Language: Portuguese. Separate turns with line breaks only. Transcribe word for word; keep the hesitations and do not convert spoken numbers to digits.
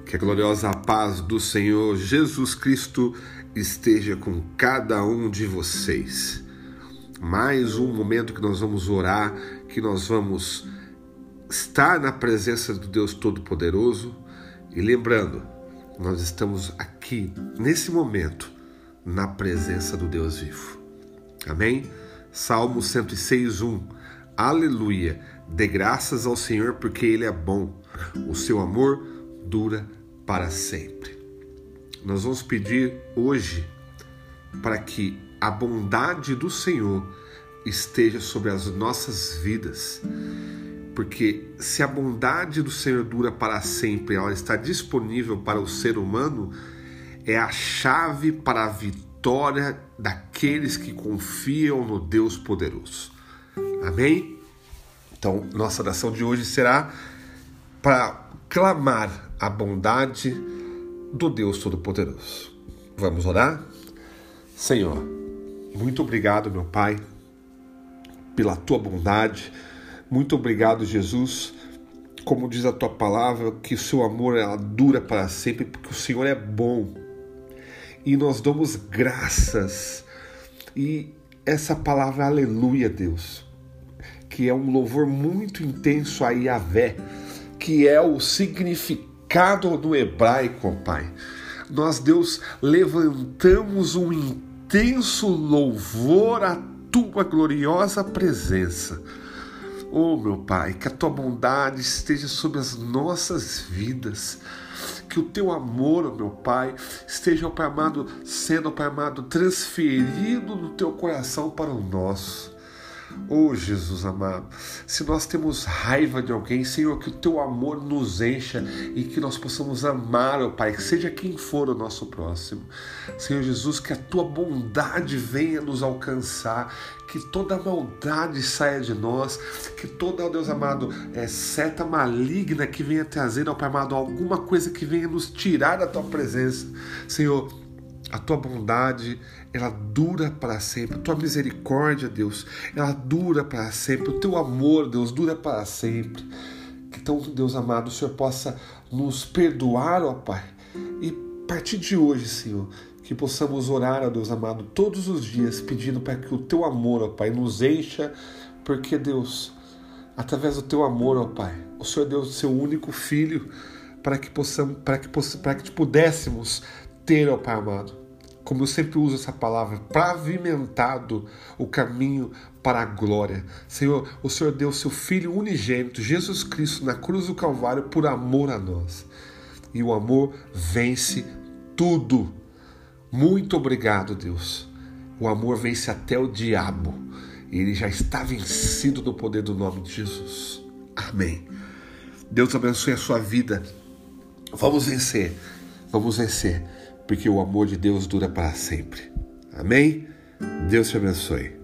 Que a gloriosa paz do Senhor Jesus Cristo esteja com cada um de vocês. Mais um momento que nós vamos orar, que nós vamos estar na presença do Deus Todo-Poderoso. E lembrando, nós estamos aqui, nesse momento, na presença do Deus vivo. Amém? Salmo cento e seis, um. Aleluia! Dê graças ao Senhor porque Ele é bom. O seu amor dura para sempre. Nós vamos pedir hoje para que a bondade do Senhor esteja sobre as nossas vidas. Porque se a bondade do Senhor dura para sempre, ela está disponível para o ser humano, é a chave para a vitória daqueles que confiam no Deus poderoso. Amém? Então, nossa oração de hoje será para clamar a bondade do Deus Todo-Poderoso. Vamos orar? Senhor, muito obrigado, meu Pai, pela Tua bondade. Muito obrigado, Jesus. Como diz a Tua palavra, que o Seu amor ela dura para sempre, porque o Senhor é bom. E nós damos graças. E essa palavra, aleluia, Deus, que é um louvor muito intenso a Yahvé, que é o significado do hebraico, Pai. Nós, Deus, levantamos um intenso louvor à Tua gloriosa presença. Oh, meu Pai, que a Tua bondade esteja sobre as nossas vidas. Que o Teu amor, meu Pai, esteja, Pai amado, sendo, Pai amado, transferido do Teu coração para o nosso. Oh, Jesus amado, se nós temos raiva de alguém, Senhor, que o Teu amor nos encha e que nós possamos amar, oh Pai, que seja quem for o nosso próximo. Senhor Jesus, que a Tua bondade venha nos alcançar, que toda maldade saia de nós, que toda, oh Deus amado, é, seta maligna que venha trazer, oh Pai amado, alguma coisa que venha nos tirar da Tua presença. Senhor, a Tua bondade, ela dura para sempre. A Tua misericórdia, Deus, ela dura para sempre. O Teu amor, Deus, dura para sempre. Então, Deus amado, o Senhor possa nos perdoar, ó Pai. E a partir de hoje, Senhor, que possamos orar, ó Deus amado, todos os dias, pedindo para que o Teu amor, ó Pai, nos encha. Porque, Deus, através do Teu amor, ó Pai, o Senhor deu o Seu único Filho para que possamos, para que, para que pudéssemos ter, ó Pai amado, como eu sempre uso essa palavra, pavimentado o caminho para a glória. Senhor, o Senhor deu o Seu Filho unigênito, Jesus Cristo, na cruz do Calvário, por amor a nós. E o amor vence tudo. Muito obrigado, Deus. O amor vence até o diabo. Ele já está vencido no poder do nome de Jesus. Amém. Deus abençoe a sua vida. Vamos vencer. Vamos vencer. Porque o amor de Deus dura para sempre. Amém? Deus te abençoe.